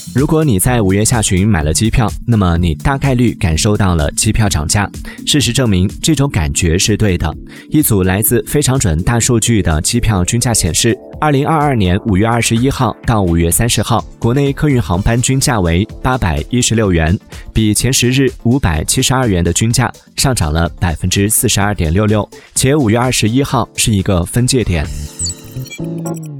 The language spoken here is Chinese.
如果你在5月下旬买了机票，那么你大概率感受到了机票涨价。事实证明，这种感觉是对的。一组来自非常准大数据的机票均价显示，2022年5月21号到5月30号，国内客运航班均价为816元，比前10日572元的均价上涨了42.66%，且5月21号是一个分界点。